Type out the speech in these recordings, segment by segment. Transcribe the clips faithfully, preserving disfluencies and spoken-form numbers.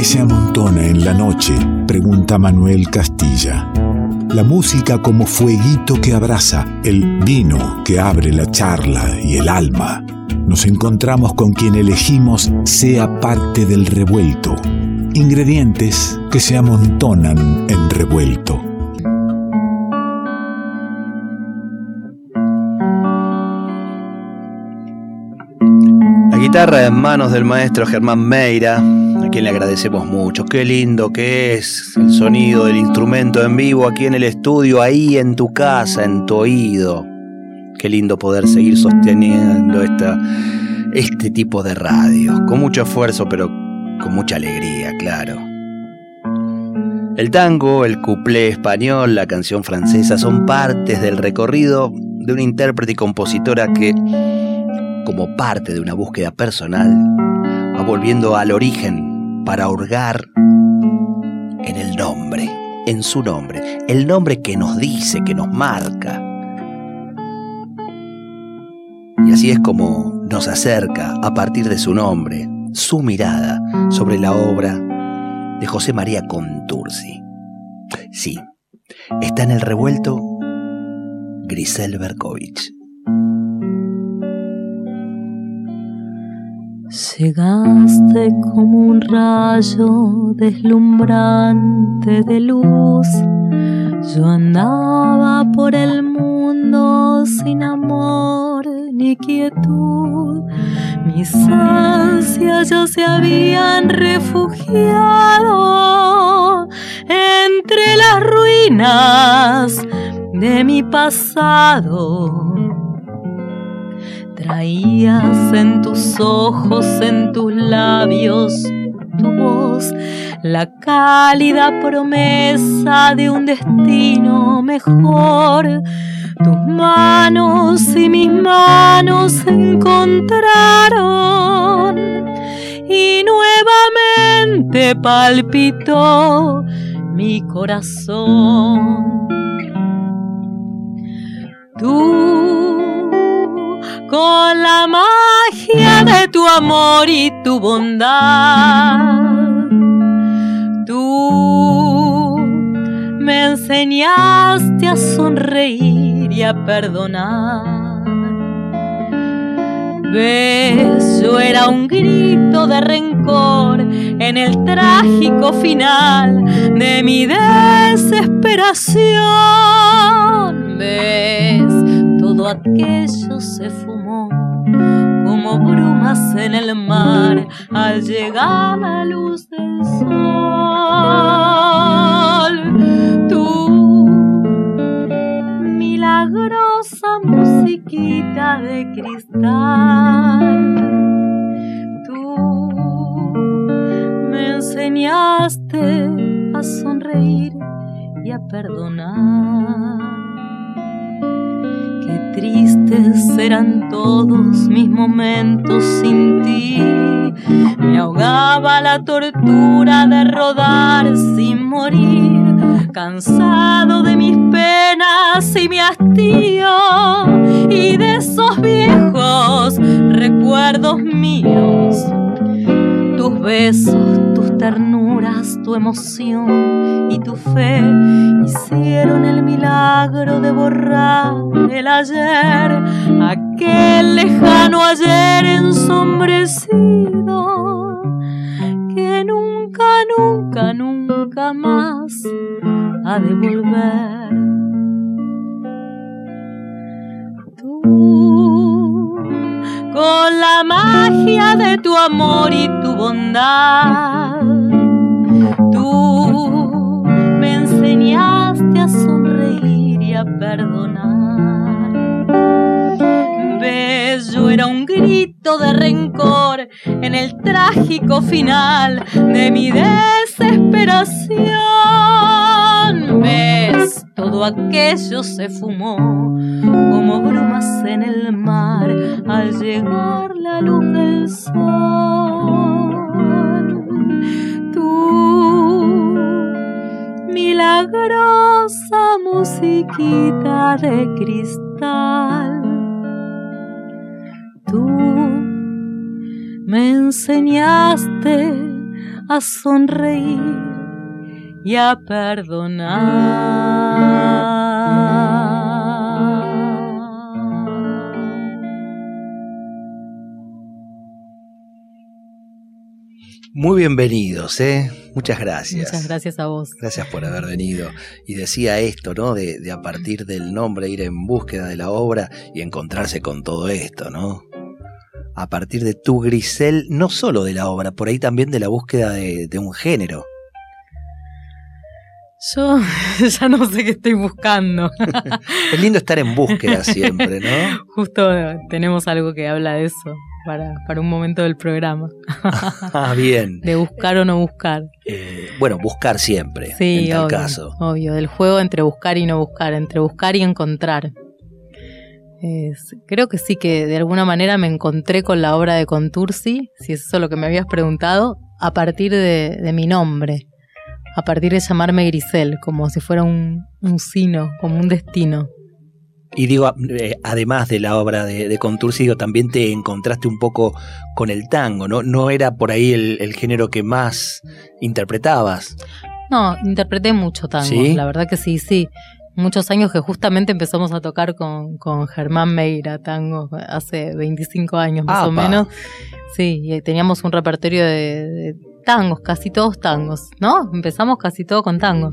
se amontona en la noche? Pregunta Manuel Castilla. La música como fueguito que abraza, el vino que abre la charla y el alma. Nos encontramos con quien elegimos sea parte del revuelto. Ingredientes que se amontonan en revuelto. La guitarra en manos del maestro Germán Meira, a quien le agradecemos mucho. Qué lindo que es el sonido del instrumento en vivo aquí en el estudio, ahí en tu casa, en tu oído. Qué lindo poder seguir sosteniendo esta, este tipo de radio, con mucho esfuerzo, pero con mucha alegría, claro. El tango, el cuplé español, la canción francesa son partes del recorrido de una intérprete y compositora que, como parte de una búsqueda personal, va volviendo al origen para hurgar en el nombre, en su nombre, el nombre que nos dice, que nos marca. Y así es como nos acerca, a partir de su nombre, su mirada sobre la obra de José María Contursi. Sí, está en el revuelto Grisel Berkovich. Llegaste como un rayo deslumbrante de luz. Yo andaba por el mundo sin amor ni quietud. Mis ansias ya se habían refugiado entre las ruinas de mi pasado. Traías en tus ojos, en tus labios, tu voz, la cálida promesa de un destino mejor. Tus manos y mis manos se encontraron y nuevamente palpitó mi corazón. Tú, con la magia de tu amor y tu bondad, tú me enseñaste a sonreír y a perdonar. Ves, yo era un grito de rencor en el trágico final de mi desesperación. Ves, todo aquello se fumó como brumas en el mar al llegar la luz del sol. Tú, milagrosa musiquita de cristal, tú me enseñaste a sonreír y a perdonar. Qué tristes eran todos mis momentos sin ti. Me ahogaba la tortura de rodar sin morir, cansado de mis penas y mi hastío y de esos viejos recuerdos míos. Tus besos, tus ternuras, tu emoción y tu fe hicieron el milagro de borrar el ayer, aquel lejano ayer ensombrecido que nunca, nunca, nunca más ha de volver. Tú, con la magia de tu amor y tu bondad, tú me enseñaste a sonreír y a perdonar. Ves, yo era un grito de rencor en el trágico final de mi desesperación. Ves, todo aquello se fumó como brumas en el mar al llegar la luz del sol. Tú, milagrosa musiquita de cristal, tú me enseñaste a sonreír y a perdonar. Muy bienvenidos, ¿eh? Muchas gracias. Muchas gracias a vos. Gracias por haber venido. Y decía esto, ¿no? De, de a partir del nombre ir en búsqueda de la obra y encontrarse con todo esto, ¿no? A partir de tu Grisel, no solo de la obra, por ahí también de la búsqueda de, de un género. Yo ya no sé qué estoy buscando. Es lindo estar en búsqueda siempre, ¿no? Justo tenemos algo que habla de eso para, para un momento del programa. Ah, bien. De buscar o no buscar. Eh, bueno, buscar siempre, sí, en tal obvio, caso. Obvio, del juego entre buscar y no buscar, entre buscar y encontrar. Es, creo que sí, que de alguna manera me encontré con la obra de Contursi, si es eso lo que me habías preguntado, a partir de, de mi nombre. A partir de llamarme Grisel, como si fuera un, un sino, como un destino. Y digo, eh, además de la obra de, de Contursi, digo, también te encontraste un poco con el tango, ¿no? No era por ahí el, el género que más interpretabas. No, interpreté mucho tango, ¿Sí? La verdad que sí, sí. Muchos años que justamente empezamos a tocar con, con Germán Meira, tango, hace veinticinco años más ¡Apa! o menos. Sí, y teníamos un repertorio de, de tangos, casi todos tangos, ¿no? Empezamos casi todo con tango.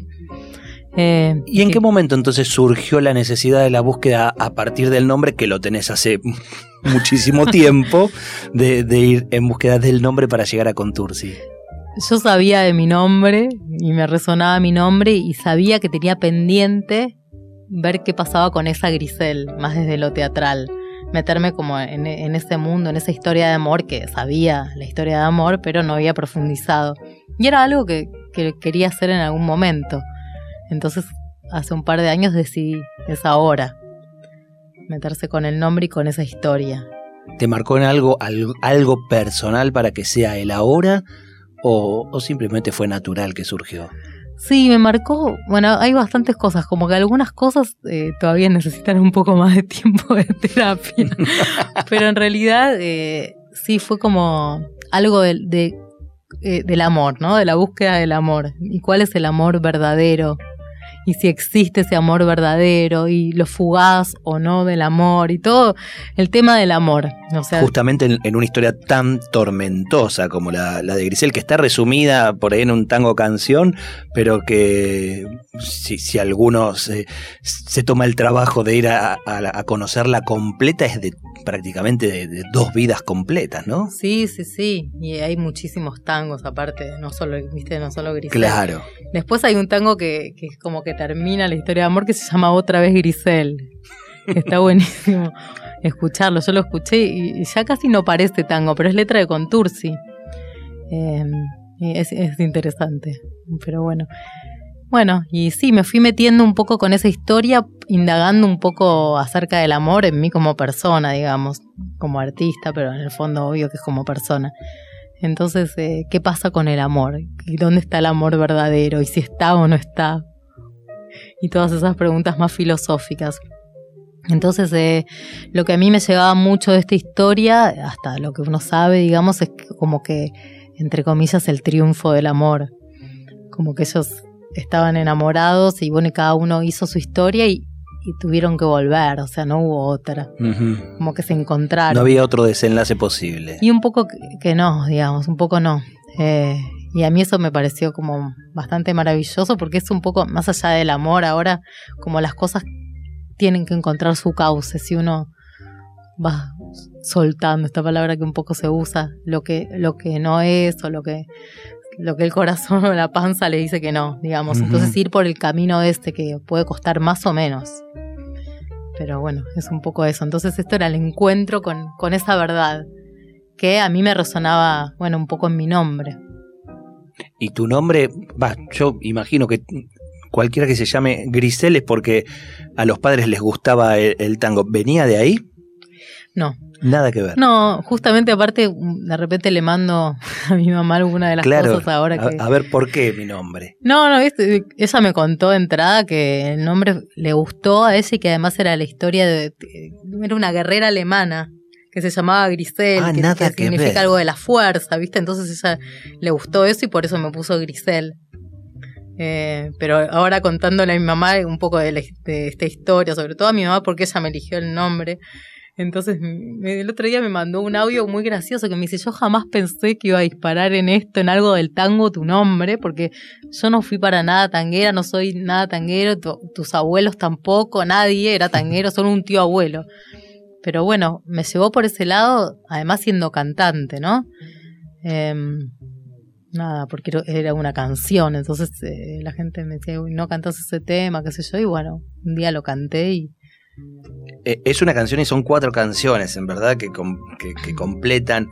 Eh, ¿Y en sí. qué momento entonces surgió la necesidad de la búsqueda a partir del nombre, que lo tenés hace muchísimo tiempo, de, de ir en búsqueda del nombre para llegar a Contursi? Yo sabía de mi nombre y me resonaba mi nombre y sabía que tenía pendiente ver qué pasaba con esa Grisel, más desde lo teatral. Meterme como en, en ese mundo, en esa historia de amor, que sabía la historia de amor, pero no había profundizado. Y era algo que, que quería hacer en algún momento. Entonces, hace un par de años decidí, es ahora, meterse con el nombre y con esa historia. ¿Te marcó en algo, algo, algo personal para que sea el ahora o, o simplemente fue natural que surgió? Sí, me marcó, bueno, hay bastantes cosas, como que algunas cosas eh, todavía necesitan un poco más de tiempo de terapia, pero en realidad eh, sí fue como algo de, de, eh, del amor, ¿no? De la búsqueda del amor, y cuál es el amor verdadero, y si existe ese amor verdadero, y lo fugaz o no del amor, y todo el tema del amor. O sea, justamente en, en una historia tan tormentosa como la, la de Grisel, que está resumida por ahí en un tango canción, pero que si, si alguno se, se toma el trabajo de ir a, a, a conocerla completa, es de prácticamente de, de dos vidas completas, ¿no? Sí, sí, sí, y hay muchísimos tangos aparte, no solo, viste, no solo Grisel. Claro. Después hay un tango que, que es como que termina la historia de amor, que se llama Otra vez Grisel, que está buenísimo escucharlo. Yo lo escuché y ya casi no parece tango, pero es letra de Contursi. Eh, es, es interesante, pero bueno. Bueno, y sí, me fui metiendo un poco con esa historia, indagando un poco acerca del amor en mí como persona, digamos, como artista, pero en el fondo obvio que es como persona. Entonces, eh, ¿qué pasa con el amor? ¿Y dónde está el amor verdadero? ¿Y si está o no está? Y todas esas preguntas más filosóficas. Entonces, eh, lo que a mí me llegaba mucho de esta historia, hasta lo que uno sabe, digamos, es que como que, entre comillas, el triunfo del amor. Como que ellos estaban enamorados y bueno, y cada uno hizo su historia y, y tuvieron que volver, o sea, no hubo otra. Uh-huh. Como que se encontraron. No había otro desenlace posible. Y un poco que, que no, digamos, un poco no. Eh, y a mí eso me pareció como bastante maravilloso porque es un poco más allá del amor ahora, como las cosas tienen que encontrar su cauce, si uno va soltando, esta palabra que un poco se usa, lo que, lo que no es o lo que... lo que el corazón o la panza le dice que no, digamos. Uh-huh. Entonces ir por el camino este que puede costar más o menos. Pero bueno, es un poco eso. Entonces esto era el encuentro con, con esa verdad que a mí me resonaba, bueno, un poco en mi nombre. Y tu nombre, va, yo imagino que cualquiera que se llame Grisel es porque a los padres les gustaba el, el tango. ¿Venía de ahí? No. Nada que ver. No, justamente aparte, de repente le mando a mi mamá alguna de las claro, cosas ahora que... A, a ver, ¿por qué mi nombre? No, no, este, ella me contó de entrada que el nombre le gustó a ella y que además era la historia de... Era una guerrera alemana que se llamaba Grisel, ah, que, nada que que significa ver. algo de la fuerza, ¿viste? Entonces ella le gustó eso y por eso me puso Grisel. Eh, pero ahora contándole a mi mamá un poco de, la, de esta historia, sobre todo a mi mamá porque ella me eligió el nombre. Entonces me, el otro día me mandó un audio muy gracioso que me dice: yo jamás pensé que iba a disparar en esto, en algo del tango, tu nombre, porque yo no fui para nada tanguera, no soy nada tanguero, tu, tus abuelos tampoco, nadie era tanguero, solo un tío abuelo. Pero bueno, me llevó por ese lado, además siendo cantante, ¿no? Eh, nada, porque era una canción, entonces eh, la gente me decía: uy, no cantás ese tema, qué sé yo, y bueno, un día lo canté y... Eh, es una canción y son cuatro canciones, en verdad, que, com- que, que completan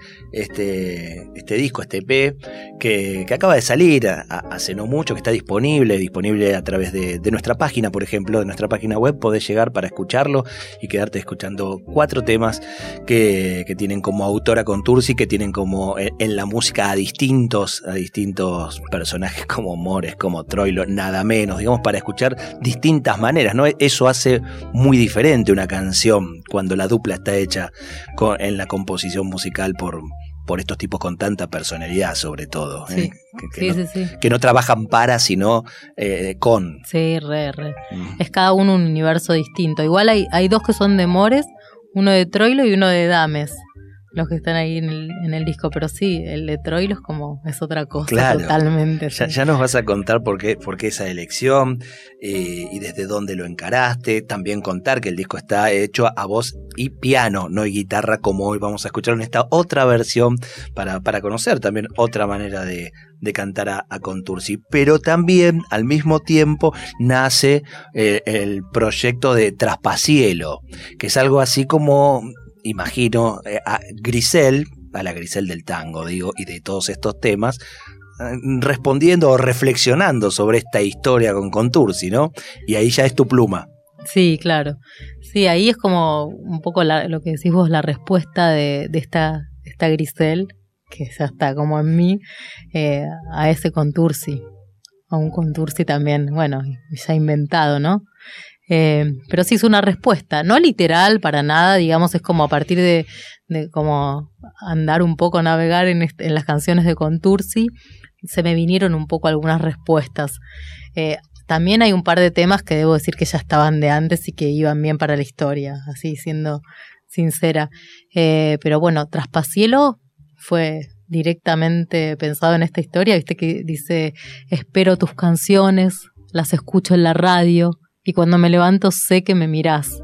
este, este disco, este E P, que, que acaba de salir a, a, hace no mucho, que está disponible, disponible a través de, de nuestra página, por ejemplo, de nuestra página web. Podés llegar para escucharlo y quedarte escuchando cuatro temas que, que tienen como autora Contursi, que tienen como en, en la música a distintos, a distintos personajes como Mores, como Troilo, nada menos, digamos, para escuchar distintas maneras, ¿no? Eso hace muy diferente una canción cuando la dupla está hecha con, en la composición musical por, por estos tipos con tanta personalidad, sobre todo. Sí, ¿eh? que, que, sí, no, sí, sí. que no trabajan para, sino eh, con. Sí, re, re. Mm. Es cada uno un universo distinto. Igual hay, hay dos que son de Mores, uno de Troilo y uno de Dames, los que están ahí en el, en el disco. Pero sí, el de Troilo es como, es otra cosa, Claro. totalmente. Ya, Sí. ya nos vas a contar por qué, por qué esa elección eh, y desde dónde lo encaraste. También contar que el disco está hecho a voz y piano, no y guitarra, como hoy vamos a escuchar en esta otra versión para, para conocer también otra manera de, de cantar a, a Contursi. Pero también al mismo tiempo nace eh, el proyecto de Traspacielo, que es algo así como, imagino, eh, a Grisel, a la Grisel del tango, digo, y de todos estos temas, eh, respondiendo o reflexionando sobre esta historia con Contursi, ¿no? Y ahí ya es tu pluma. Sí, claro. Sí, ahí es como un poco la, lo que decís vos, la respuesta de, de esta, esta Grisel, que ya está como en mí, eh, a ese Contursi. A un Contursi también, bueno, ya inventado, ¿no? Eh, pero sí es una respuesta, no literal para nada, digamos, es como a partir de, de como andar un poco, navegar en, este, en las canciones de Contursi, se me vinieron un poco algunas respuestas. Eh, también hay un par de temas que debo decir que ya estaban de antes y que iban bien para la historia, así siendo sincera. Eh, pero bueno, Traspacielo fue directamente pensado en esta historia, viste que dice: espero tus canciones, las escucho en la radio, y cuando me levanto sé que me mirás.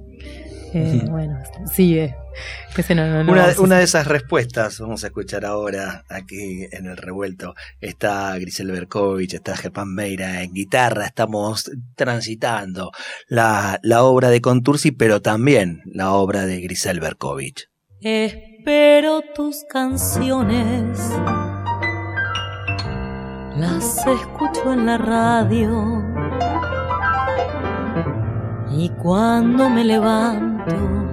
Eh, bueno, sigue. Que no, no, no una, vamos a una de hacer. esas respuestas vamos a escuchar ahora aquí en el revuelto. Está Grisel Berkovich, está Germán Meira en guitarra. Estamos transitando la, la obra de Contursi, pero también la obra de Grisel Berkovich. Espero tus canciones, las escucho en la radio, y cuando me levanto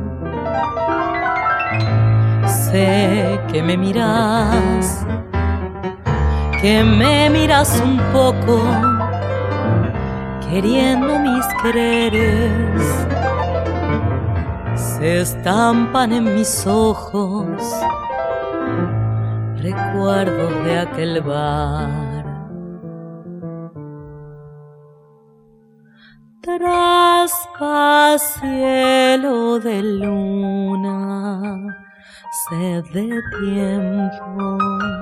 sé que me miras, que me miras un poco, queriendo mis quereres se estampan en mis ojos recuerdos de aquel bar. Traspacielo de luna, sed de tiempo,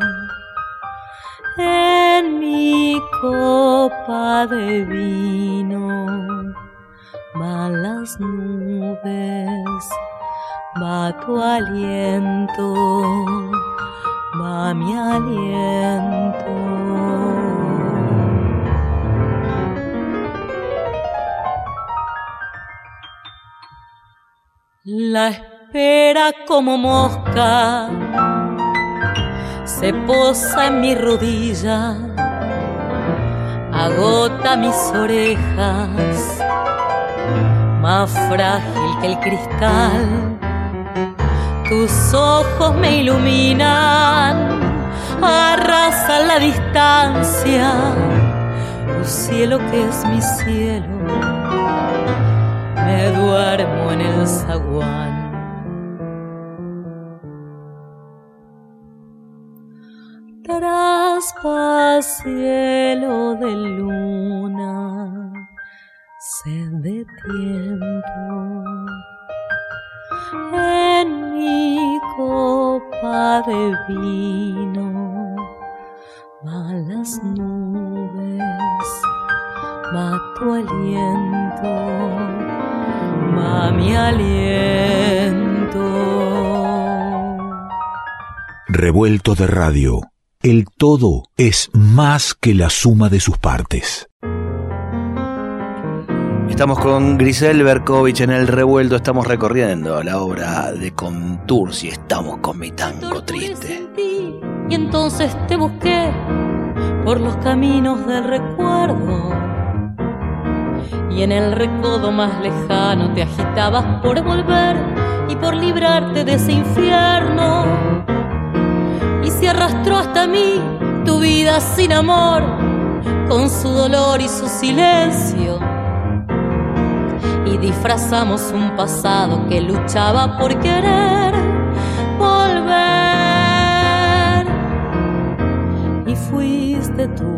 en mi copa de vino van las nubes, va tu aliento, va mi aliento. La espera como mosca se posa en mi rodilla, agota mis orejas, más frágil que el cristal. Tus ojos me iluminan, arrasan la distancia. Tu cielo que es mi cielo, me duermo en el zaguán. boca cielo de luna, sed de tiempo. En mi copa de vino va las nubes, va tu aliento, va mi aliento. Revuelto de radio. El todo es más que la suma de sus partes. Estamos con Grisel Berkovich en El Revuelto, estamos recorriendo la obra de Contursi, estamos con Mi Tango Triste. Y entonces te busqué por los caminos del recuerdo, y en el recodo más lejano te agitabas por volver y por librarte de ese infierno. Y se arrastró hasta mí tu vida sin amor, con su dolor y su silencio. Y disfrazamos un pasado que luchaba por querer volver. Y fuiste tú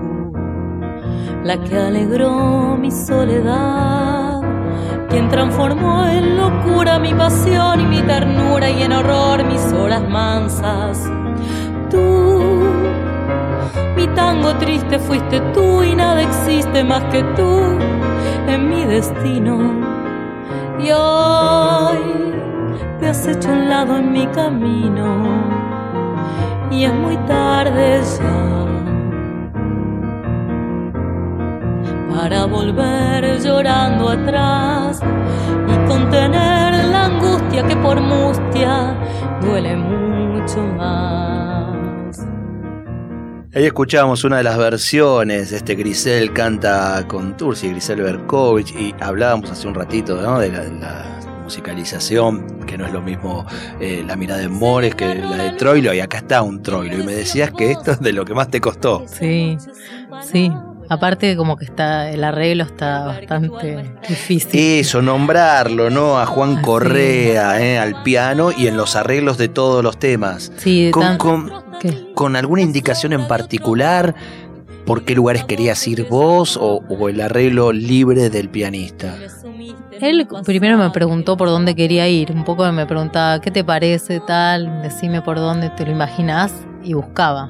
la que alegró mi soledad, quien transformó en locura mi pasión y mi ternura, y en horror mis horas mansas. Tú, mi tango triste fuiste tú, y nada existe más que tú en mi destino. Y hoy te has hecho un lado en mi camino, y es muy tarde ya para volver llorando atrás y contener la angustia que por mustia duele mucho más. Ahí escuchábamos una de las versiones, este Grisel canta Contursi, Grisel Berkovich, y hablábamos hace un ratito, ¿no?, de la, de la musicalización, que no es lo mismo eh, La mirada de Mores que la de Troilo, y acá está un Troilo, y me decías que esto es de lo que más te costó. Sí, sí. Aparte como que está el arreglo está bastante difícil. Eso, nombrarlo, ¿no? A Juan Así. Correa, ¿eh? Al piano y en los arreglos de todos los temas. Sí, con, tan... con, ¿Con alguna indicación en particular? ¿Por qué lugares querías ir vos? ¿O, o el arreglo libre del pianista? Él primero me preguntó por dónde quería ir. Un poco me preguntaba, ¿qué te parece tal? Decime por dónde te lo imaginás. Y buscaba.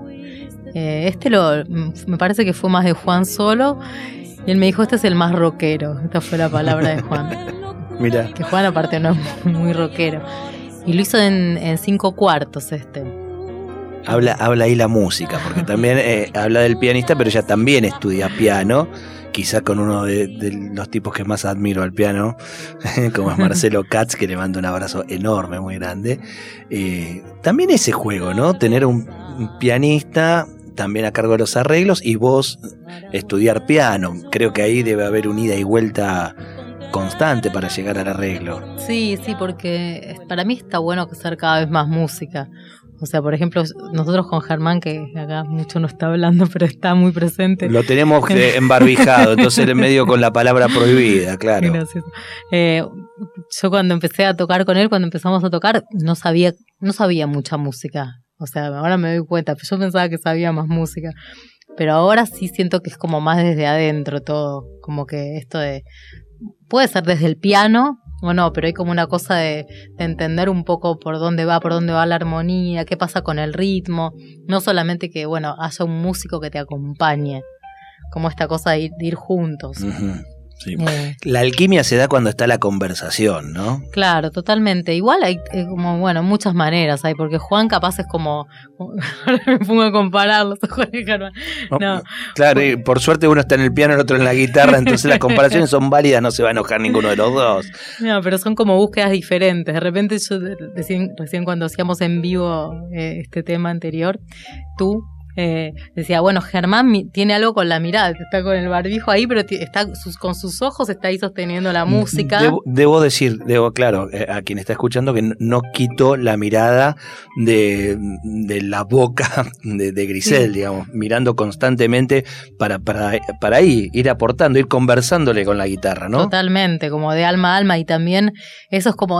Eh, este lo, me parece que fue más de Juan solo, y él me dijo, este es el más rockero. Esta fue la palabra de Juan. Mira. Que Juan aparte no es muy rockero. Y lo hizo en, en cinco cuartos este. Habla, habla ahí la música, porque también eh, habla del pianista, pero ella también estudia piano, quizá con uno de, de los tipos que más admiro al piano, como es Marcelo Katz, que le mando un abrazo enorme, muy grande. Eh, también ese juego, ¿no? Tener un, un pianista también a cargo de los arreglos y vos estudiar piano. Creo que ahí debe haber un ida y vuelta constante para llegar al arreglo. Sí, sí, porque para mí está bueno hacer cada vez más música. O sea, por ejemplo, nosotros con Germán, que acá mucho no está hablando, pero está muy presente. Lo tenemos eh, embarbijado, entonces en medio con la palabra prohibida, claro. Gracias. Eh, yo cuando empecé a tocar con él, cuando empezamos a tocar, no sabía, no sabía mucha música. O sea, ahora me doy cuenta, pero yo pensaba que sabía más música. Pero ahora sí siento que es como más desde adentro todo. Como que esto de... Puede ser desde el piano o no, pero hay como una cosa de, de entender un poco por dónde va, por dónde va la armonía, qué pasa con el ritmo. No solamente que, bueno, haya un músico que te acompañe. Como esta cosa de ir, de ir juntos. Uh-huh. Sí. Eh, la alquimia se da cuando está la conversación, ¿no? Claro, totalmente. Igual hay eh, como, bueno, muchas maneras hay, porque Juan capaz es como, ahora me pongo a compararlos a Juan y Germán. No. Claro, y por suerte uno está en el piano, el otro en la guitarra, entonces las comparaciones son válidas, no se va a enojar ninguno de los dos. No, pero son como búsquedas diferentes. De repente yo recién, recién cuando hacíamos en vivo eh, este tema anterior, tú Eh, decía, bueno, Germán mi, tiene algo con la mirada, está con el barbijo ahí, pero t- está sus, con sus ojos está ahí sosteniendo la música. Debo, debo decir, debo, claro, eh, a quien está escuchando que no, no quito la mirada de, de la boca de, de Grisel, sí. digamos, mirando constantemente para, para, para ahí, ir aportando, ir conversándole con la guitarra, ¿no? Totalmente, como de alma a alma, y también eso es como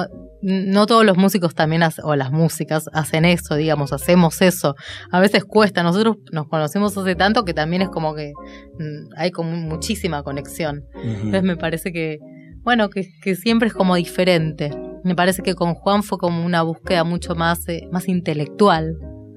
no todos los músicos también, hace, o las músicas, hacen eso, digamos, hacemos eso. A veces cuesta, nosotros nos conocemos hace tanto que también es como que mmm, hay como muchísima conexión. Uh-huh. Entonces me parece que, bueno, que, que siempre es como diferente. Me parece que con Juan fue como una búsqueda mucho más, eh, más intelectual.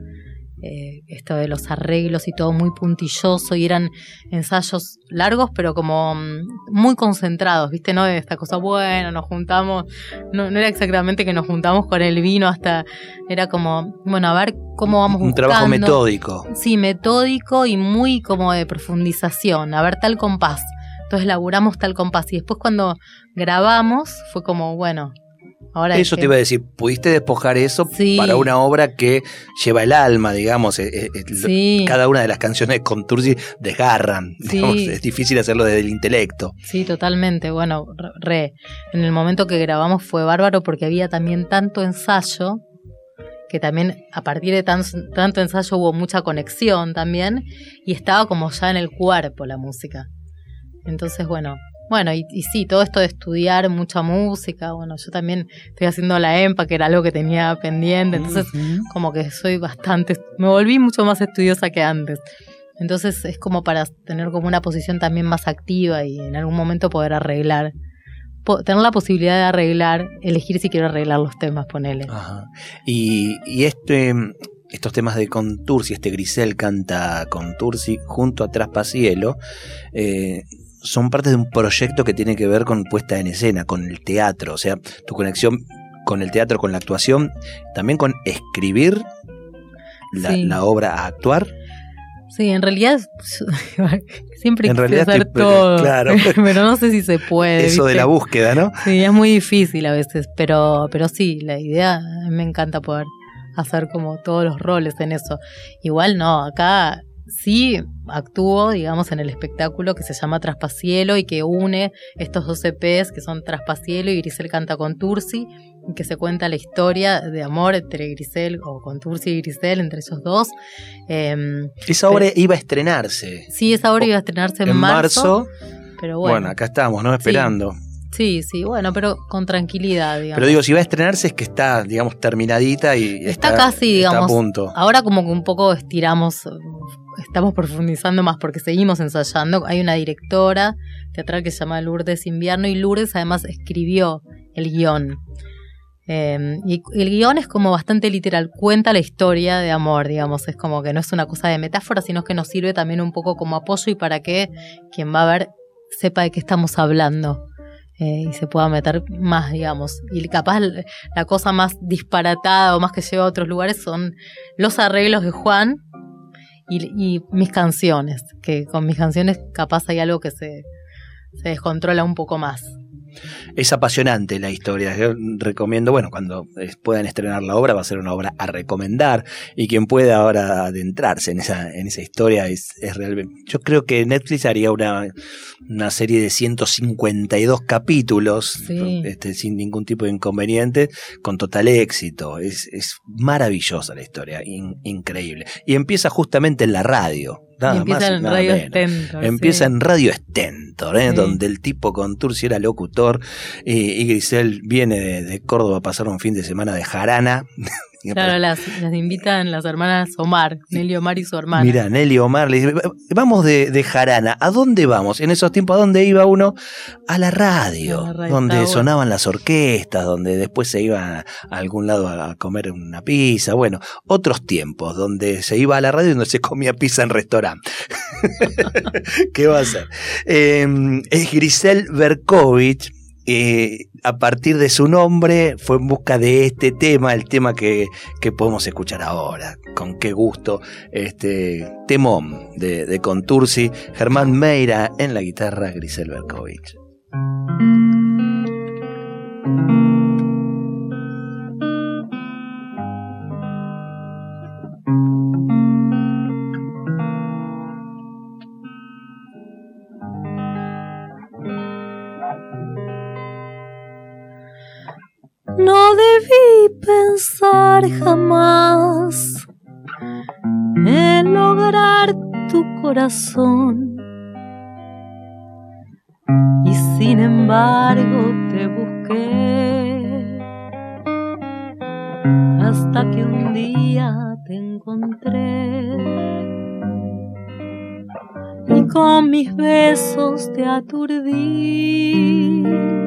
Eh, esto de los arreglos y todo muy puntilloso, y eran ensayos largos pero como muy concentrados, ¿viste? No de esta cosa, bueno, nos juntamos, no, no era exactamente que nos juntamos con el vino hasta, era como, bueno, a ver cómo vamos buscando. Un trabajo metódico. Sí, metódico y muy como de profundización, a ver tal compás, entonces laburamos tal compás, y después cuando grabamos fue como, bueno, ahora eso que... te iba a decir, pudiste despojar eso sí. para una obra que lleva el alma, digamos, eh, eh, sí. cada una de las canciones de Contursi desgarran, sí. digamos, es difícil hacerlo desde el intelecto. Sí, totalmente, bueno, re, en el momento que grabamos fue bárbaro porque había también tanto ensayo, que también a partir de tan, tanto ensayo hubo mucha conexión también, y estaba como ya en el cuerpo la música, entonces bueno... Bueno, y, y sí, todo esto de estudiar mucha música, bueno, yo también estoy haciendo la EMPA, que era algo que tenía pendiente, entonces uh-huh. como que soy bastante, me volví mucho más estudiosa que antes. Entonces es como para tener como una posición también más activa y en algún momento poder arreglar, po- tener la posibilidad de arreglar, elegir si quiero arreglar los temas, ponele. Ajá. Y, y este... estos temas de Contursi, este Grisel canta Contursi junto a Traspacielo, eh, son parte de un proyecto que tiene que ver con puesta en escena, con el teatro, o sea, tu conexión con el teatro, con la actuación, también con escribir la, sí. la obra a actuar. Sí, en realidad siempre en quise realidad hacer estoy, todo, claro. pero no sé si se puede. Eso ¿viste? De la búsqueda, ¿no? Sí, es muy difícil a veces, pero, pero sí, la idea, a mí me encanta poder hacer como todos los roles en eso. Igual no, acá sí actúo, digamos, en el espectáculo que se llama Traspacielo y que une estos dos E Pes que son Traspacielo y Grisel canta Contursi, y que se cuenta la historia de amor entre Grisel, o Contursi y Grisel, entre ellos dos. Eh, esa obra pero, iba a estrenarse. Sí, esa obra iba a estrenarse en, en marzo, marzo. Pero bueno. Bueno, acá estamos, ¿no? Esperando. Sí. Sí, sí, bueno, pero con tranquilidad, digamos. Pero digo, si va a estrenarse es que está, digamos, terminadita y está, está casi, digamos, está a punto. Ahora como que un poco estiramos, estamos profundizando más porque seguimos ensayando. Hay una directora teatral que se llama Lourdes Invierno y Lourdes además escribió el guión. Eh, y el guión es como bastante literal, cuenta la historia de amor, digamos, es como que no es una cosa de metáfora, sino que nos sirve también un poco como apoyo y para que quien va a ver sepa de qué estamos hablando. Eh, y se pueda meter más, digamos. Y capaz la cosa más disparatada o más que lleva a otros lugares son los arreglos de Juan y, y mis canciones, que con mis canciones capaz hay algo que se, se descontrola un poco más. Es apasionante la historia. Yo recomiendo, bueno, cuando puedan estrenar la obra va a ser una obra a recomendar y quien pueda ahora adentrarse en esa, en esa historia es, es realmente... Yo creo que Netflix haría una, una serie de ciento cincuenta y dos capítulos, sí. este, sin ningún tipo de inconveniente, con total éxito. Es, es maravillosa la historia, in, increíble. Y empieza justamente en la radio. Nada empieza más, en nada Radio menos. Stentor. Empieza sí. en Radio Stentor, ¿eh? Sí. Donde el tipo Contursi era locutor y, y Grisel viene de, de Córdoba a pasar un fin de semana de jarana. Claro, las, las invitan las hermanas Omar, Nelly Omar y su hermana. Mira, Nelly Omar le dice, vamos de, de jarana, ¿a dónde vamos? En esos tiempos, ¿a dónde iba uno? A la radio, a la radio donde sonaban bueno. las orquestas, donde después se iba a algún lado a comer una pizza. Bueno, otros tiempos, donde se iba a la radio y donde se comía pizza en restaurante. ¿Qué va a hacer? Eh, es Grisel Berkovich. Eh, a partir de su nombre fue en busca de este tema, el tema que, que podemos escuchar ahora. Con qué gusto, este temón de, de Contursi, Germán Meira en la guitarra, Grisel Berkovich. No debí pensar jamás en lograr tu corazón y sin embargo te busqué hasta que un día te encontré y con mis besos te aturdí,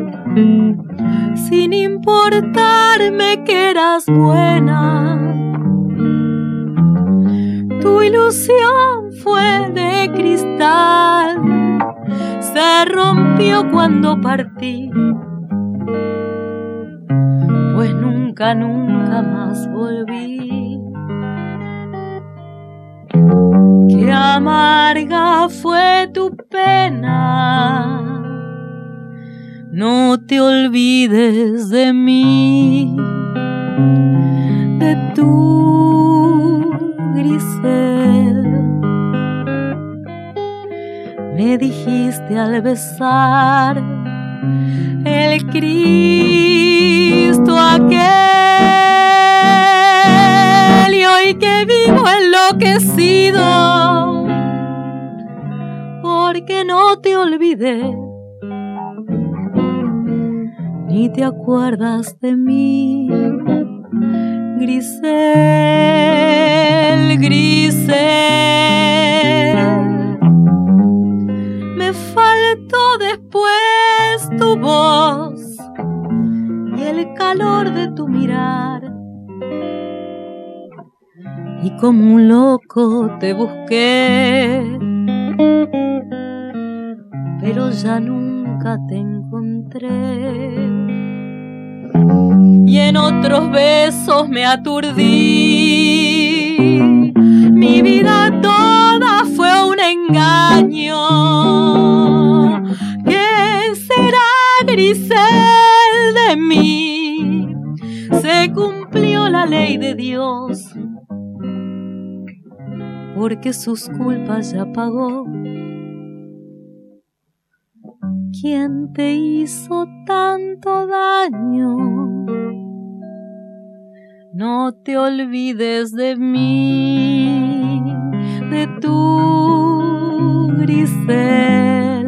sin importarme que eras buena. Tu ilusión fue de cristal, se rompió cuando partí, pues nunca, nunca más volví. Qué amarga fue tu pena, no te olvides de mí, de tu Grisel. Me dijiste al besar el Cristo aquel, y hoy que vivo enloquecido porque no te olvidé ni te acuerdas de mí, Grisel, Grisel. Me faltó después tu voz y el calor de tu mirar, y como un loco te busqué, pero ya nunca te encontré. Y en otros besos me aturdí, mi vida toda fue un engaño. ¿Qué será, Grisel, de mí? Se cumplió la ley de Dios, porque sus culpas ya pagó. ¿Quién te hizo tanto daño? No te olvides de mí, de tu Grisel.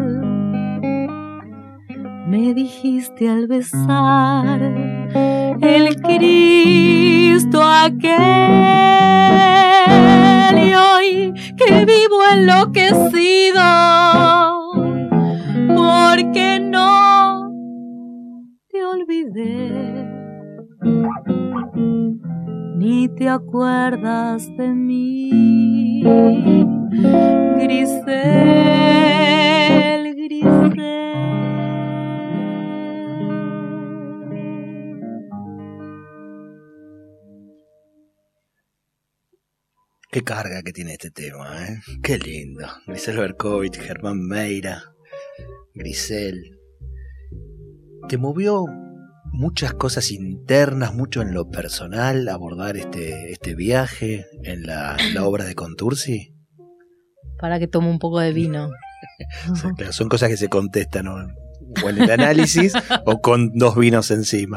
Me dijiste al besar el Cristo aquel, y hoy que vivo enloquecido porque no te olvidé ni te acuerdas de mí, Grisel, Grisel. Qué carga que tiene este tema, ¿eh? Qué lindo. Grisel Berkovich, Germán Meira, Grisel. ¿Te movió muchas cosas internas, mucho en lo personal, abordar este, este viaje en la, en la obra de Contursi? Para que tome un poco de vino. O sea, claro, son cosas que se contestan, ¿no? O en el análisis o con dos vinos encima.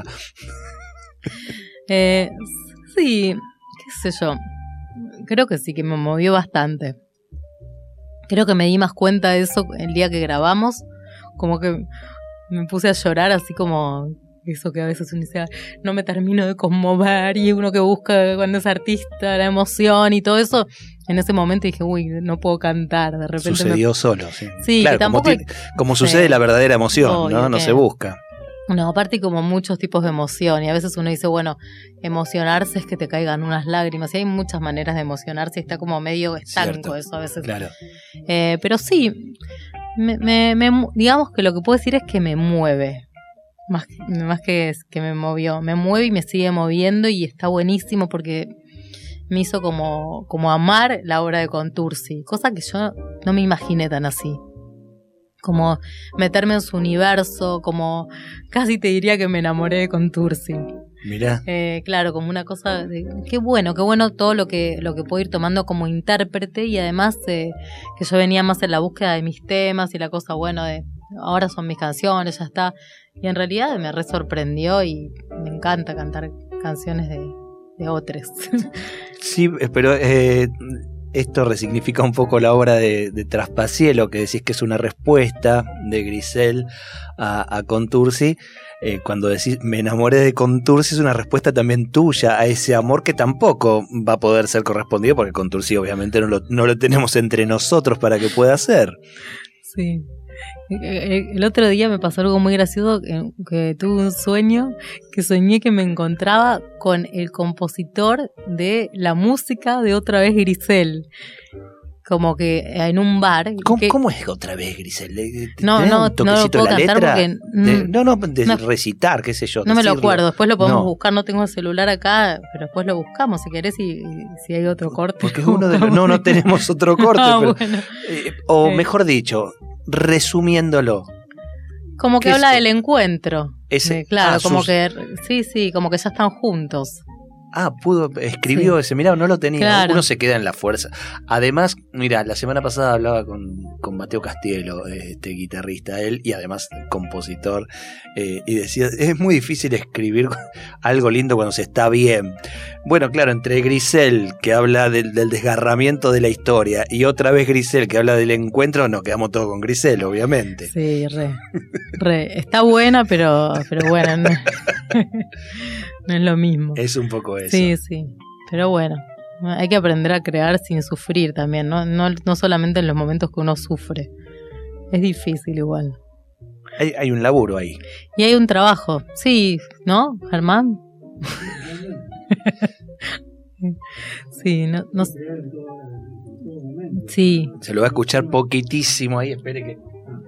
Eh, sí, qué sé yo. Creo que sí, que me movió bastante. Creo que me di más cuenta de eso el día que grabamos. Como que me puse a llorar, así como eso que a veces uno dice, no me termino de conmover, y uno que busca cuando es artista la emoción y todo eso. En ese momento dije, uy, no puedo cantar. De repente sucedió me... solo, sí. Sí, claro, que tampoco como, tiene, como sucede sí. La verdadera emoción, Obvio, ¿no? No que... se busca. No, aparte como muchos tipos de emoción, y a veces uno dice, bueno, emocionarse es que te caigan unas lágrimas, y hay muchas maneras de emocionarse, y está como medio estanco. Cierto. Eso a veces. Claro. Eh, pero sí, me, me, me, digamos que lo que puedo decir es que me mueve, más, más que que me movió, me mueve y me sigue moviendo, y está buenísimo porque me hizo como, como amar la obra de Contursi, cosa que yo no me imaginé tan así. Como meterme en su universo, como casi te diría que me enamoré de Contursi. Mirá. Eh, claro, como una cosa de, qué bueno, qué bueno todo lo que lo que puedo ir tomando como intérprete, y además eh, que yo venía más en la búsqueda de mis temas y la cosa, bueno, de ahora son mis canciones, ya está. Y en realidad me re sorprendió, y me encanta cantar canciones de, de otros. Sí, pero... Eh... esto resignifica un poco la obra de, de Traspacielo, que decís que es una respuesta de Grisel a, a Contursi. Eh, cuando decís me enamoré de Contursi, es una respuesta también tuya a ese amor que tampoco va a poder ser correspondido, porque Contursi obviamente no lo, no lo tenemos entre nosotros para que pueda ser. Sí. El otro día me pasó algo muy gracioso, que, que tuve un sueño, que soñé que me encontraba con el compositor de la música de Otra Vez Grisel, como que en un bar. ¿Cómo, que, ¿cómo es Otra Vez Grisel? No, no, un toquecito no lo puedo la cantar letra? porque De, no, no, de no, recitar, qué sé yo. No me lo acuerdo, después lo podemos no. buscar, no tengo el celular acá, pero después lo buscamos si querés y, y si hay otro corte. Porque es uno de los, no, no tenemos otro corte, ah, pero, bueno. eh, o eh. mejor dicho, resumiéndolo. Como que habla del encuentro. Ese, eh, claro, ah, como sus... que sí, sí, como que ya están juntos. Ah, pudo, escribió sí. ese, mirá, no lo tenía. Claro. Uno se queda en la fuerza. Además, mira, la semana pasada hablaba con, con Mateo Castielo, este guitarrista, él, y además compositor, eh, y decía, es muy difícil escribir algo lindo cuando se está bien. Bueno, claro, entre Grisel, que habla del, del desgarramiento de la historia, y otra vez Grisel, que habla del encuentro, nos quedamos todos con Grisel, obviamente. Sí, re. re. Está buena, pero, pero bueno, no, no es lo mismo. Es un poco eso. Sí, sí. Pero bueno, hay que aprender a crear sin sufrir también, ¿no? No, no solamente en los momentos que uno sufre. Es difícil igual. Hay, hay un laburo ahí. Y hay un trabajo, sí, ¿no, Germán? Sí, no, no. Sí. Se lo va a escuchar poquitísimo ahí, espere que...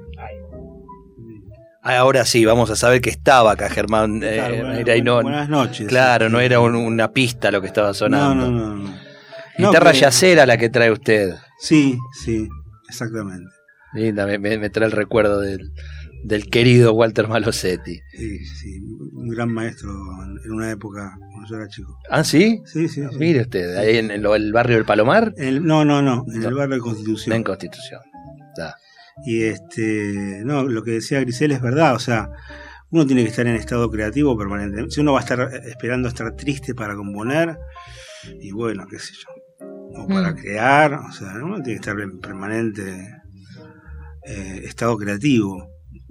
Ahora sí, vamos a saber que estaba acá, Germán. Eh, claro, buenas, era, y no, buenas noches. Claro, sí, no sí. era un, una pista lo que estaba sonando. No, no, no. no. Guitarra no, que... yacera la que trae usted. Sí, sí, exactamente. Linda, me, me trae el recuerdo del, del querido Walter Malosetti. Sí, sí, un gran maestro en una época cuando yo era chico. ¿Ah, sí? Sí, sí. sí. Mire usted, ahí en el, el barrio del Palomar. El, no, no, no, en no. el barrio de Constitución. En Constitución. Da. Y este, no, lo que decía Grisel es verdad, o sea, uno tiene que estar en estado creativo permanentemente. Si uno va a estar esperando estar triste para componer, y bueno, qué sé yo, o para mm. crear, o sea, uno tiene que estar en permanente eh, estado creativo.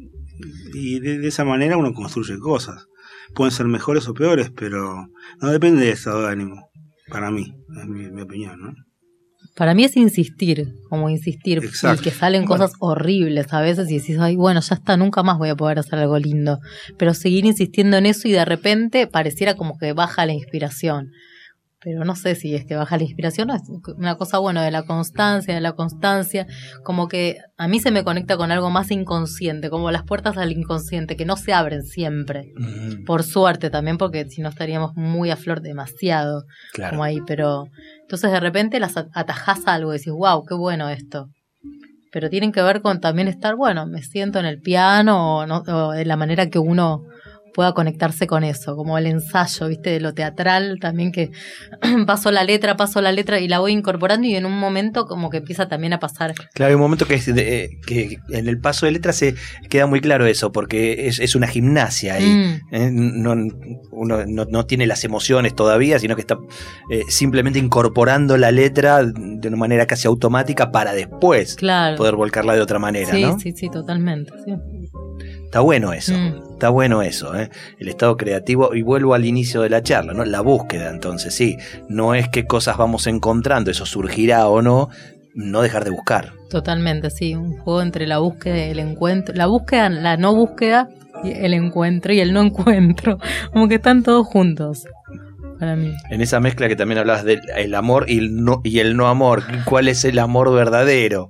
Y de, de esa manera uno construye cosas. Pueden ser mejores o peores, pero no depende del estado de ánimo, para mí, es mi, mi opinión, ¿no? Para mí es insistir, como insistir, Exacto. Y que salen bueno. cosas horribles a veces y decís, ay, bueno, ya está, nunca más voy a poder hacer algo lindo. Pero seguir insistiendo en eso y de repente pareciera como que baja la inspiración. Pero no sé si es que baja la inspiración, no es una cosa, bueno, de la constancia, de la constancia, como que a mí se me conecta con algo más inconsciente, como las puertas al inconsciente, que no se abren siempre, mm. por suerte también, porque si no estaríamos muy a flor demasiado, claro. como ahí, pero entonces de repente las atajás a algo y decís, wow, qué bueno esto. Pero tienen que ver con también estar, bueno, me siento en el piano o, no, o de la manera que uno pueda conectarse con eso, como el ensayo, ¿viste? De lo teatral también, que paso la letra, paso la letra y la voy incorporando y en un momento como que empieza también a pasar. Claro, hay un momento que, es de, que en el paso de letra se queda muy claro eso, porque es, es una gimnasia ahí. Mm. ¿eh? No, uno no, no tiene las emociones todavía, sino que está eh, simplemente incorporando la letra de una manera casi automática para después claro. poder volcarla de otra manera, sí, ¿no? Sí, sí, totalmente, sí. Está bueno eso, mm. está bueno eso, ¿eh? El estado creativo, y vuelvo al inicio de la charla, ¿no? La búsqueda, entonces, sí, no es qué cosas vamos encontrando, eso surgirá o no, no dejar de buscar. Totalmente, sí, un juego entre la búsqueda y el encuentro, la búsqueda, la no búsqueda, y el encuentro y el no encuentro, como que están todos juntos. Para mí. En esa mezcla que también hablabas del el amor y el no, y el no amor, ¿cuál es el amor verdadero?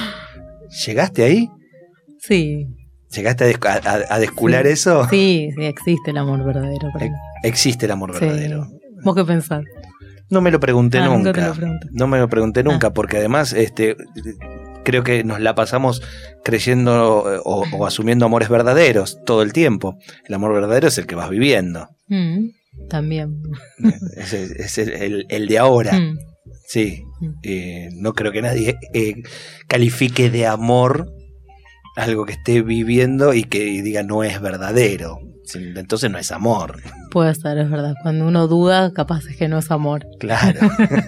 ¿Llegaste ahí? Sí. ¿Llegaste a, des- a, a descular sí. eso? Sí, sí, existe el amor verdadero. E- existe el amor verdadero. Sí. ¿Vos qué pensás? No me lo pregunté ah, nunca. nunca te lo no me lo pregunté nunca, ah. porque además este, creo que nos la pasamos creyendo o, o asumiendo amores verdaderos todo el tiempo. El amor verdadero es el que vas viviendo. Mm, también. Es, es, es el, el, el de ahora. Mm. Sí. Mm. Eh, no creo que nadie eh, califique de amor algo que esté viviendo y que diga no es verdadero. Entonces no es amor. Puede ser, es verdad. Cuando uno duda, capaz es que no es amor. Claro.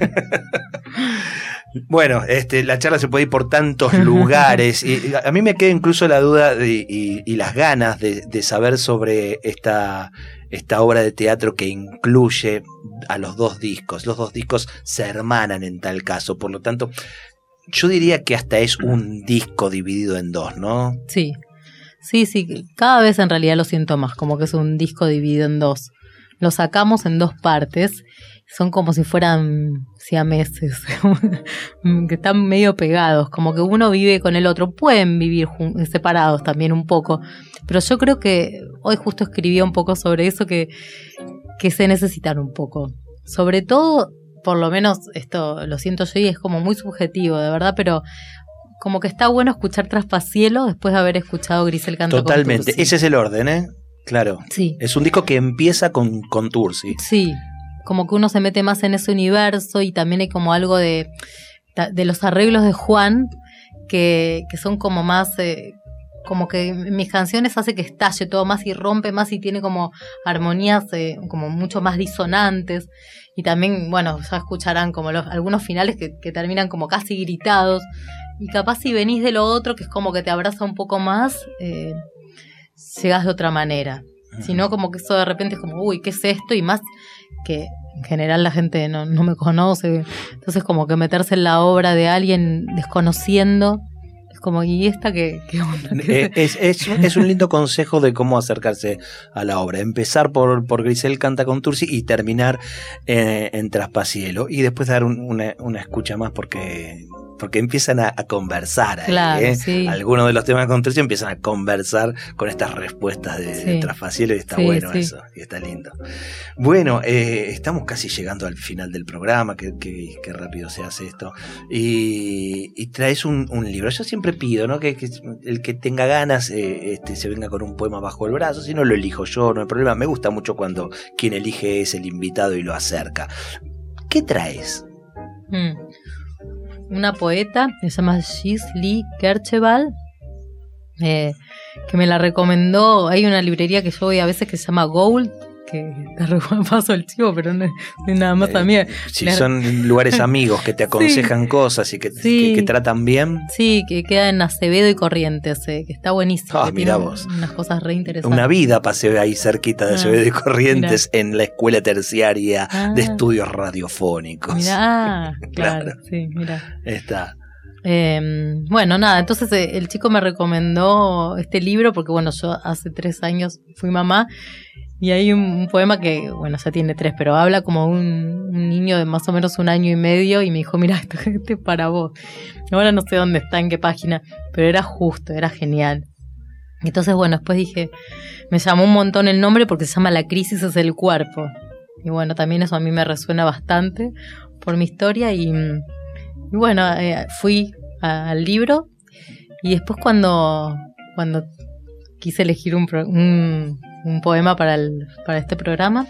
Bueno, este, la charla se puede ir por tantos lugares. Y a mí me queda incluso la duda de, y, y las ganas de, de saber sobre esta, esta obra de teatro que incluye a los dos discos. Los dos discos se hermanan en tal caso. Por lo tanto, yo diría que hasta es un disco dividido en dos, ¿no? Sí, sí, sí. Cada vez en realidad lo siento más, como que es un disco dividido en dos. Lo sacamos en dos partes. Son como si fueran siameses, que están medio pegados, como que uno vive con el otro. Pueden vivir jun- separados también un poco, pero yo creo que hoy justo escribía un poco sobre eso, que, que se necesitan un poco. Sobre todo, por lo menos esto lo siento yo y es como muy subjetivo, de verdad, pero como que está bueno escuchar Traspacielo después de haber escuchado Grisel Canta Totalmente, con Tursi. ese es el orden, ¿eh? Claro. Sí. Es un disco que empieza con, con Tursi. Sí. Como que uno se mete más en ese universo y también hay como algo de, de los arreglos de Juan que, que son como más, eh, como que mis canciones hace que estalle todo más y rompe más y tiene como armonías eh, como mucho más disonantes y también, bueno, ya escucharán como los, algunos finales que, que terminan como casi gritados y capaz si venís de lo otro que es como que te abraza un poco más, eh, llegás de otra manera. Si no, como que eso de repente es como, uy, ¿qué es esto? Y más que en general la gente no, no me conoce. Entonces como que meterse en la obra de alguien desconociendo, es como, ¿y esta qué, qué onda? Eh, es, es, es un lindo consejo de cómo acercarse a la obra. Empezar por, por Grisel Canta con Tursi y terminar eh, en Traspacielo. Y después dar un, una, una escucha más porque... porque empiezan a, a conversar ahí, Claro, ¿eh? sí. Algunos de los temas de Contursi empiezan a conversar con estas respuestas de, Sí. de Traspacielo y está Sí, bueno sí. eso, y está lindo. Bueno, eh, estamos casi llegando al final del programa, que, que, que rápido se hace esto, y, y traes un, un libro. Yo siempre pido, ¿no? que, que el que tenga ganas eh, este, se venga con un poema bajo el brazo, si no lo elijo yo, no hay problema. Me gusta mucho cuando quien elige es el invitado y lo acerca. ¿Qué traes? Mm. Una poeta que se llama Gisli Kercheval, eh, que me la recomendó. Hay una librería que yo voy a veces que se llama Gold, que te paso el chivo, pero no es no es nada más a mí. Eh, si La- son lugares amigos que te aconsejan Sí. cosas y que, Sí. que, que tratan bien. Sí, que queda en Acevedo y Corrientes, eh, que está buenísimo. Ah, que mirá tiene vos. unas cosas re interesantes. Una vida pasé ahí cerquita de Ah, Acevedo y Corrientes en la escuela terciaria Ah. de estudios radiofónicos. Mirá, ah, claro, Claro. sí, mira. Está. Eh, bueno, nada, entonces eh, el chico me recomendó este libro porque, bueno, yo hace tres años fui mamá y hay un, un poema que, bueno, ya tiene tres, pero habla como un, un niño de más o menos un año y medio y me dijo, mira, esto este es para vos. Ahora no sé dónde está, en qué página, pero era justo, era genial. Entonces, bueno, después dije, me llamó un montón el nombre porque se llama La crisis es el cuerpo. Y bueno, también eso a mí me resuena bastante por mi historia y... Y bueno, eh, fui a- al libro y después cuando, cuando quise elegir un, pro- un, un poema para, el, para este programa,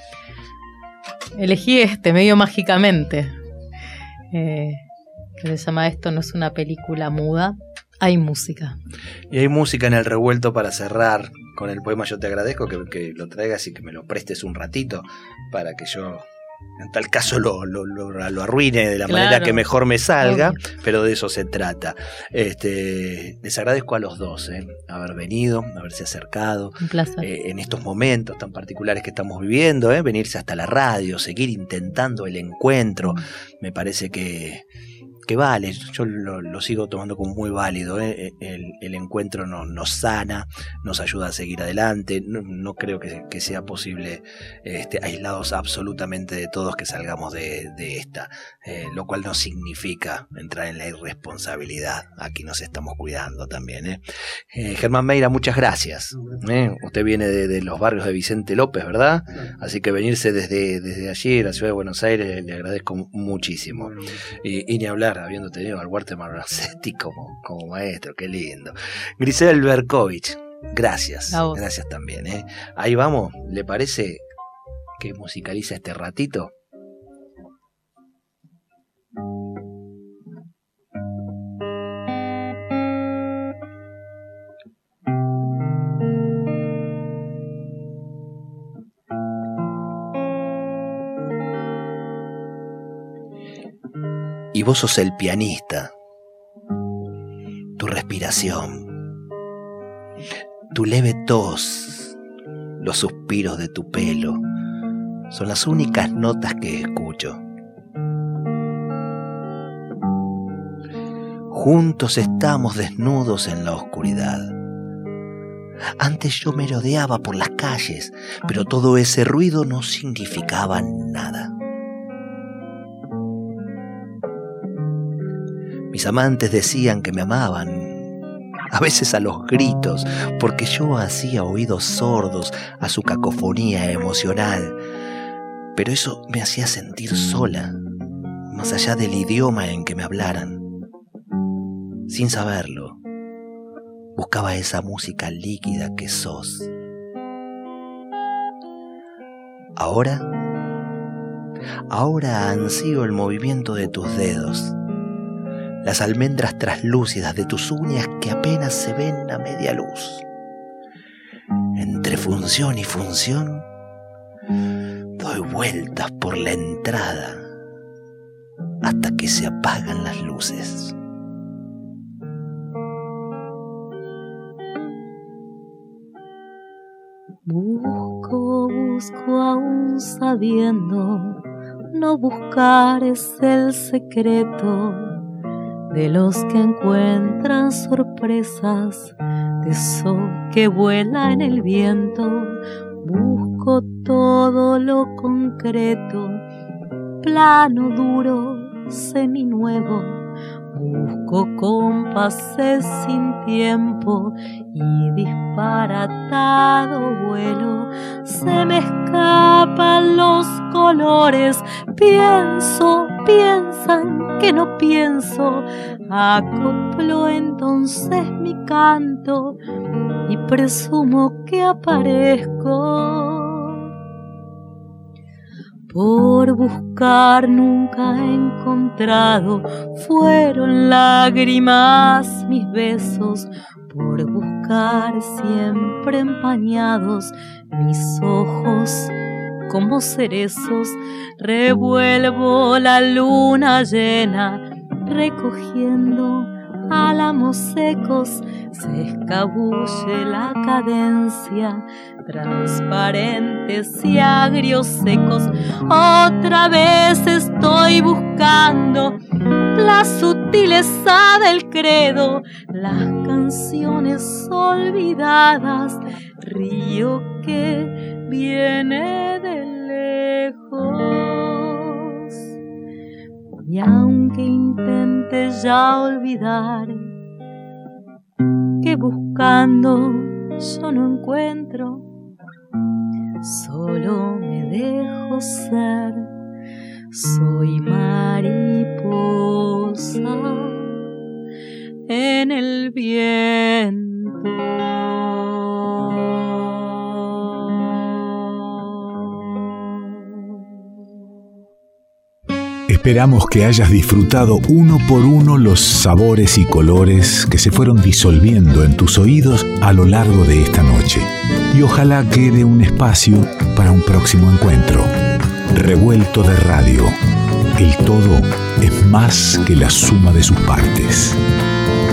elegí este medio mágicamente, eh, que se llama Esto no es una película muda, hay música. Y hay música en el revuelto para cerrar con el poema. Yo te agradezco que, que lo traigas y que me lo prestes un ratito para que yo, en tal caso, lo, lo, lo, lo arruine de la Claro. manera que mejor me salga, Obvio. pero de eso se trata. Este, les agradezco a los dos eh, haber venido, haberse acercado. Un placer. Eh, en estos momentos tan particulares que estamos viviendo, eh, venirse hasta la radio, seguir intentando el encuentro, me parece que, que vale, yo lo, lo sigo tomando como muy válido, eh. el, el encuentro no, nos sana, nos ayuda a seguir adelante, no, no creo que, que sea posible este, aislados absolutamente de todos que salgamos de, de esta, eh, lo cual no significa entrar en la irresponsabilidad, aquí nos estamos cuidando también. Eh. Eh, Germán Meira, muchas gracias. Eh, usted viene de, de los barrios de Vicente López, ¿verdad? Así que venirse desde, desde allí, la ciudad de Buenos Aires, le agradezco muchísimo. Y, y ni hablar, habiendo tenido al Walter Maracetti como, como maestro, qué lindo. Grisel Berkovich, gracias. A vos. Gracias también. ¿eh? Ahí vamos, ¿le parece que musicaliza este ratito? vos sos el pianista. Tu respiración, tu leve tos, los suspiros de tu pelo son las únicas notas que escucho. Juntos estamos desnudos en la oscuridad. Antes yo merodeaba por las calles, pero todo ese ruido no significaba nada. Mis amantes decían que me amaban, a veces a los gritos, porque yo hacía oídos sordos a su cacofonía emocional, pero eso me hacía sentir sola, más allá del idioma en que me hablaran. Sin saberlo, buscaba esa música líquida que sos. Ahora, ahora ansío el movimiento de tus dedos, las almendras traslúcidas de tus uñas que apenas se ven a media luz. Entre función y función, doy vueltas por la entrada hasta que se apagan las luces. Busco, busco aún sabiendo, no buscar es el secreto de los que encuentran sorpresas, de eso que vuela en el viento. Busco todo lo concreto, plano, duro, seminuevo. Busco compases sin tiempo y disparatado vuelo. Se me escapan los colores, pienso, piensan que no pienso. Acoplo entonces mi canto y presumo que aparezco. Por buscar nunca he encontrado, fueron lágrimas mis besos. Por buscar siempre empañados mis ojos como cerezos. Revuelvo la luna llena recogiendo álamos secos. Se escabulle la cadencia, transparentes y agrios secos. Otra vez estoy buscando la sutileza del credo, las canciones olvidadas, río que viene de lejos. Y aunque intente ya olvidar, que buscando yo no encuentro, solo me dejo ser. Soy mariposa en el viento. Esperamos que hayas disfrutado uno por uno los sabores y colores que se fueron disolviendo en tus oídos a lo largo de esta noche. Y ojalá quede un espacio para un próximo encuentro. Revuelto de Radio. El todo es más que la suma de sus partes.